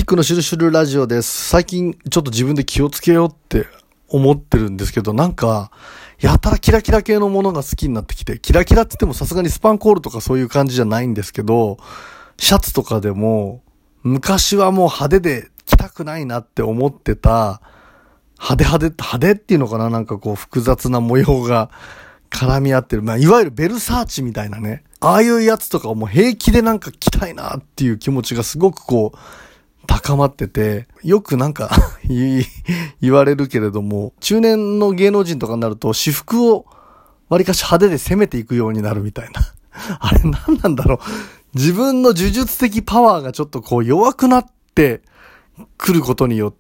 クのシュルシュルラジオです。最近ちょっと自分で気をつけようって思ってるんですけど、なんかやたらキラキラ系のものが好きになってきて、キラキラって言ってもさすがにスパンコールとかそういう感じじゃないんですけど、シャツとかでも昔はもう派手で着たくないなって思ってた派手っていうのかな、なんかこう複雑な模様が絡み合ってる、いわゆるベルサーチみたいなね、ああいうやつとかをもう平気でなんか着たいなっていう気持ちがすごくこう高まってて、よくなんか言われるけれども、中年の芸能人とかになると私服をわりかし派手で攻めていくようになるみたいな。あれ何なんだろう。自分の呪術的パワーがちょっとこう弱くなってくることによって、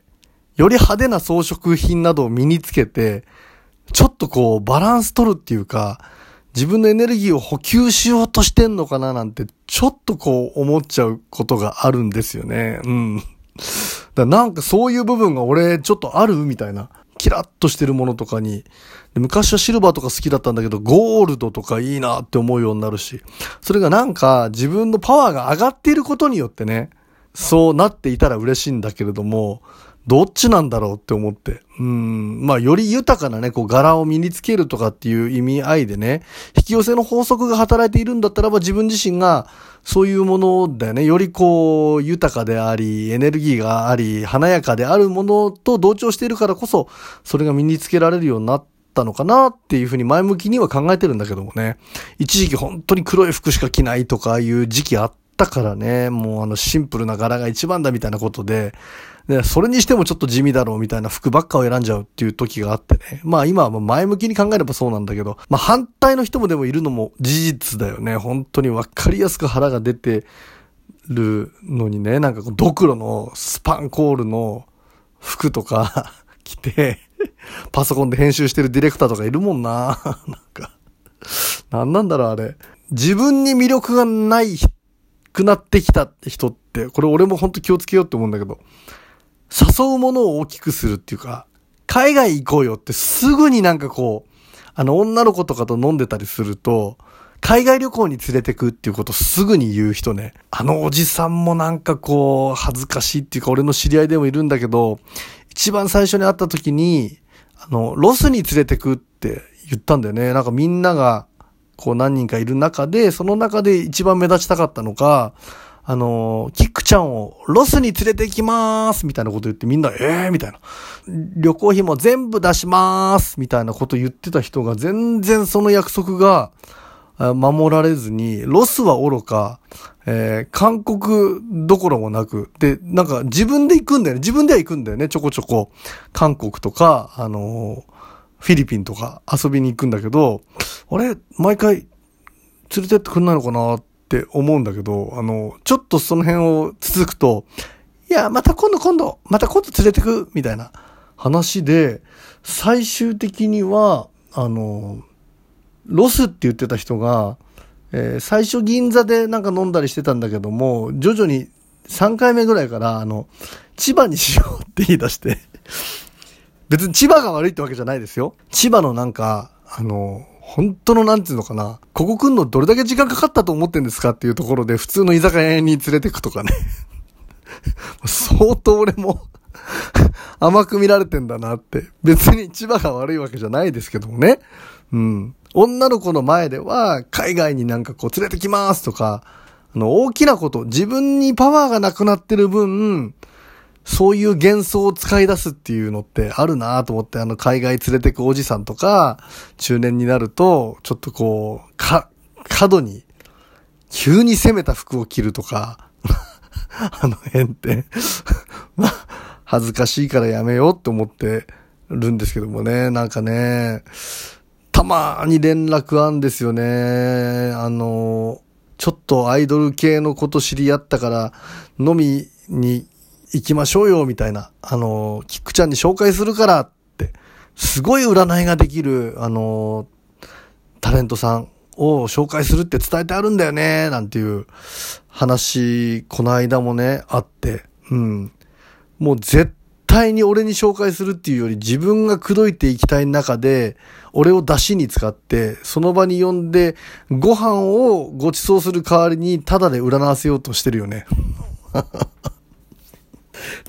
より派手な装飾品などを身につけて、ちょっとこうバランス取るっていうか、自分のエネルギーを補給しようとしてんのかななんてちょっとこう思っちゃうことがあるんですよね。なんかそういう部分が俺ちょっとあるみたいな。キラッとしてるものとかに。昔はシルバーとか好きだったんだけど、ゴールドとかいいなって思うようになるし。それがなんか自分のパワーが上がっていることによってね、そうなっていたら嬉しいんだけれども、どっちなんだろうって思って。より豊かなね、こう柄を身につけるとかっていう意味合いでね、引き寄せの法則が働いているんだったらば自分自身がそういうものだよね、よりこう豊かであり、エネルギーがあり、華やかであるものと同調しているからこそ、それが身につけられるようになったのかなっていうふうに前向きには考えてるんだけどもね。一時期本当に黒い服しか着ないとかいう時期あったからね、もうシンプルな柄が一番だみたいなことで、それにしてもちょっと地味だろうみたいな服ばっかを選んじゃうっていう時があってね。今は前向きに考えればそうなんだけど、反対の人もでもいるのも事実だよね。本当にわかりやすく腹が出てるのにね、なんかドクロのスパンコールの服とか着て、パソコンで編集してるディレクターとかいるもんな。なんなんだろうあれ。自分に魅力がないくなってきたって人って、これ俺も本当気をつけようって思うんだけど、誘うものを大きくするっていうか、海外行こうよってすぐになんかこう、女の子とかと飲んでたりすると、海外旅行に連れてくっていうことをすぐに言う人ね。おじさんもなんかこう、恥ずかしいっていうか、俺の知り合いでもいるんだけど、一番最初に会った時に、ロスに連れてくって言ったんだよね。なんかみんなが、こう何人かいる中で、その中で一番目立ちたかったのか、キックちゃんをロスに連れて行きまーすみたいなこと言ってみんなみたいな。旅行費も全部出しまーすみたいなこと言ってた人が全然その約束が守られずに、ロスは愚か、韓国どころもなく、で、なんか自分で行くんだよね。自分では行くんだよね。ちょこちょこ。韓国とか、フィリピンとか遊びに行くんだけど、あれ毎回連れてってくんないのかなって思うんだけど、ちょっとその辺を続くと、いや、また今度連れてく、みたいな話で、最終的には、ロスって言ってた人が、最初銀座でなんか飲んだりしてたんだけども、徐々に3回目ぐらいから、千葉にしようって言い出して、別に千葉が悪いってわけじゃないですよ。千葉のなんか、本当のなんていうのかな。ここ来んのどれだけ時間かかったと思ってんですかっていうところで普通の居酒屋に連れてくとかね。相当俺も甘く見られてんだなって。別に千葉が悪いわけじゃないですけどもね。女の子の前では海外になんかこう連れてきますとか、大きなこと、自分にパワーがなくなってる分、そういう幻想を使い出すっていうのってあるなと思って、海外連れてくおじさんとか、中年になると、ちょっとこう、過度に、急に攻めた服を着るとか、辺って、恥ずかしいからやめようって思ってるんですけどもね、なんかね、たまに連絡あんですよね。ちょっとアイドル系のこと知り合ったから、飲みに、行きましょうよみたいな、キックちゃんに紹介するからってすごい占いができるタレントさんを紹介するって伝えてあるんだよねなんていう話この間もねあって、もう絶対に俺に紹介するっていうより自分が口説いていきたい中で俺を出しに使ってその場に呼んでご飯をご馳走する代わりにタダで占わせようとしてるよね。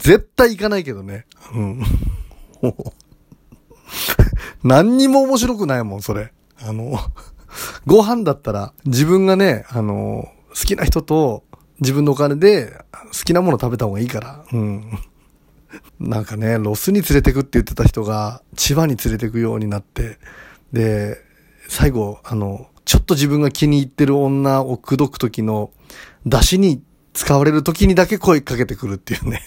絶対行かないけどね。うん。何にも面白くないもん、それ。ご飯だったら自分がね、好きな人と自分のお金で好きなもの食べた方がいいから。うん。なんかね、ロスに連れてくって言ってた人が千葉に連れてくようになって、で、最後、ちょっと自分が気に入ってる女を口説く時の出汁に使われる時にだけ声かけてくるっていうね。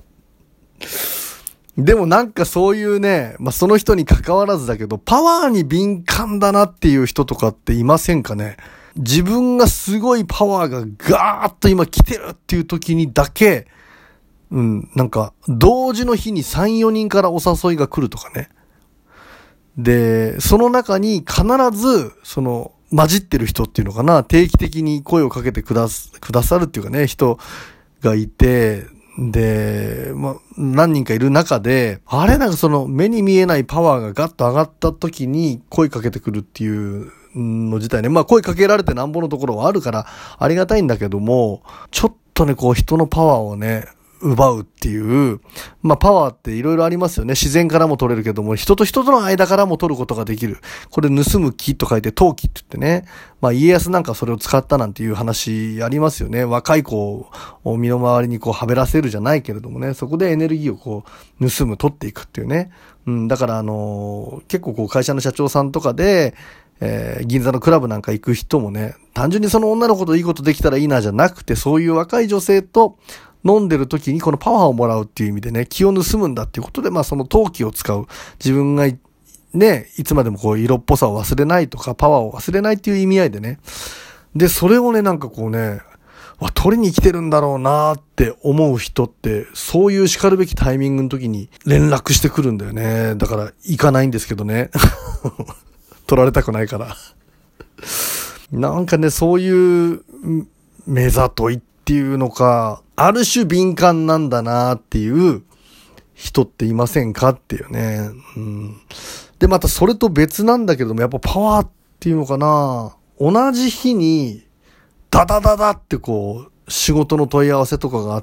でもなんかそういうね、まあ、その人に関わらずだけど、パワーに敏感だなっていう人とかっていませんかね。自分がすごいパワーがガーッと今来てるっていう時にだけ、なんか同時の日に3、4人からお誘いが来るとかね。で、その中に必ず、混じってる人っていうのかな、定期的に声をかけてくださるっていうかね、人がいて、で、何人かいる中で、あれなんか目に見えないパワーがガッと上がった時に声かけてくるっていうの自体ね、声かけられてなんぼのところはあるからありがたいんだけども、ちょっとね、人のパワーをね、奪うっていう、パワーっていろいろありますよね。自然からも取れるけども、人と人との間からも取ることができる。これ盗む木と書いて陶器って言ってね。家康なんかそれを使ったなんていう話ありますよね。若い子を身の回りにはべらせるじゃないけれどもね。そこでエネルギーを盗む、取っていくっていうね。だから結構会社の社長さんとかで、銀座のクラブなんか行く人もね、単純にその女の子といいことできたらいいなじゃなくて、そういう若い女性と飲んでる時にこのパワーをもらうっていう意味でね、気を盗むんだっていうことで、その陶器を使う。自分がね、いつまでも色っぽさを忘れないとか、パワーを忘れないっていう意味合いでね。で、それをね、なんか取りに来てるんだろうなーって思う人って、そういう叱るべきタイミングの時に連絡してくるんだよね。だから行かないんですけどね。取られたくないから。なんかね、そういう目ざといっていうのか、ある種敏感なんだなっていう人っていませんかっていうね。で、またそれと別なんだけども、やっぱパワーっていうのかな。同じ日に、ダダダダって仕事の問い合わせとかがあって、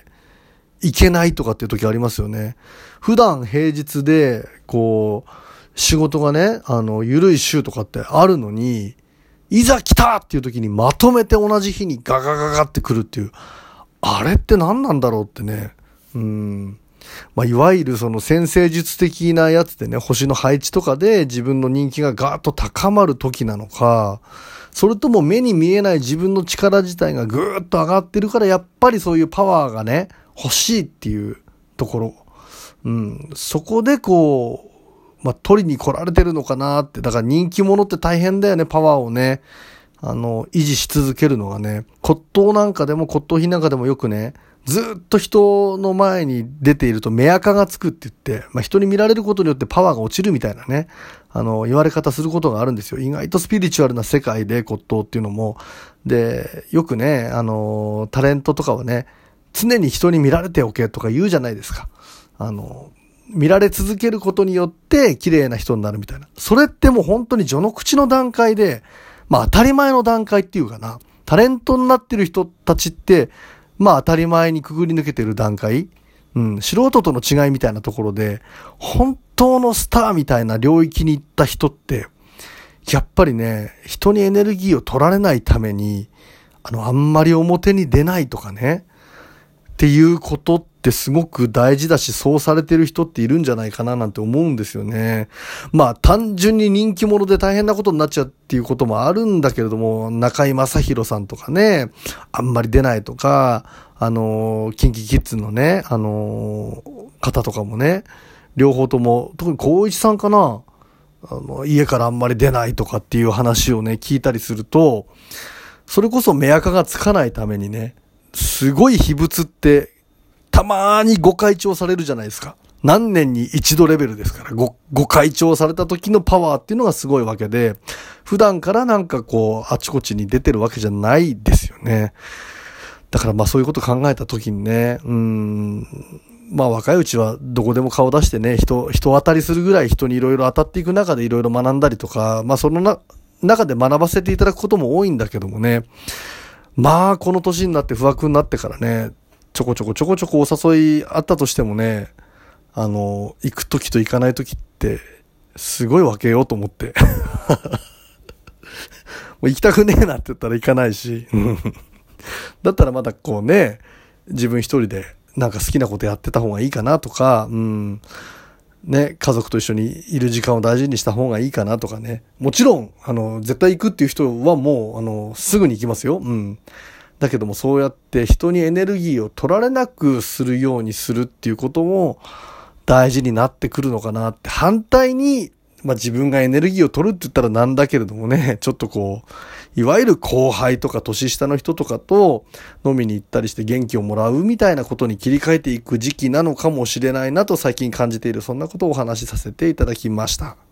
行けないとかっていう時ありますよね。普段平日で、仕事がね、緩い週とかってあるのに、いざ来たっていう時にまとめて同じ日にガガガガって来るっていう、あれって何なんだろうってね。いわゆる占星術的なやつでね、星の配置とかで自分の人気がガーッと高まる時なのか、それとも目に見えない自分の力自体がぐーっと上がってるから、やっぱりそういうパワーがね、欲しいっていうところ。そこで取りに来られてるのかなって。だから人気者って大変だよね、パワーをね。維持し続けるのがね。骨董品なんかでもよくね、ずっと人の前に出ていると目垢がつくって言って、人に見られることによってパワーが落ちるみたいなね、言われ方することがあるんですよ。意外とスピリチュアルな世界で骨董っていうのも。で、よくね、タレントとかはね、常に人に見られておけとか言うじゃないですか。見られ続けることによって綺麗な人になるみたいな。それってもう本当に序の口の段階で、当たり前の段階っていうかな。タレントになってる人たちって、当たり前にくぐり抜けてる段階。素人との違いみたいなところで、本当のスターみたいな領域に行った人って、やっぱりね、人にエネルギーを取られないために、あんまり表に出ないとかね、っていうことってすごく大事だし、そうされてる人っているんじゃないかななんて思うんですよね。単純に人気者で大変なことになっちゃうっていうこともあるんだけれども、中居正広さんとかね、あんまり出ないとか、キンキキッズのね、方とかもね、両方とも、特に光一さんかな、家からあんまり出ないとかっていう話をね、聞いたりすると、それこそ目垢がつかないためにね、すごい秘仏ってたまーにご開帳されるじゃないですか。何年に一度レベルですから、ご開帳された時のパワーっていうのがすごいわけで、普段からなんかあちこちに出てるわけじゃないですよね。だからそういうこと考えた時にね、若いうちはどこでも顔出してね、人当たりするぐらい人にいろいろ当たっていく中でいろいろ学んだりとか、その中で学ばせていただくことも多いんだけどもね、この年になって不惑になってからね、 ちょこちょこお誘いあったとしてもね、行くときと行かないときって、すごい分けようと思って。もう行きたくねえなって言ったら行かないし。だったらまだこうね、自分一人でなんか好きなことやってた方がいいかなとか、ね、家族と一緒にいる時間を大事にした方がいいかなとかね。もちろん、絶対行くっていう人はもう、すぐに行きますよ。だけどもそうやって人にエネルギーを取られなくするようにするっていうことも大事になってくるのかなって。反対に、自分がエネルギーを取るって言ったらなんだけれどもね、ちょっとこう、いわゆる後輩とか年下の人とかと飲みに行ったりして元気をもらうみたいなことに切り替えていく時期なのかもしれないなと最近感じている、そんなことをお話しさせていただきました。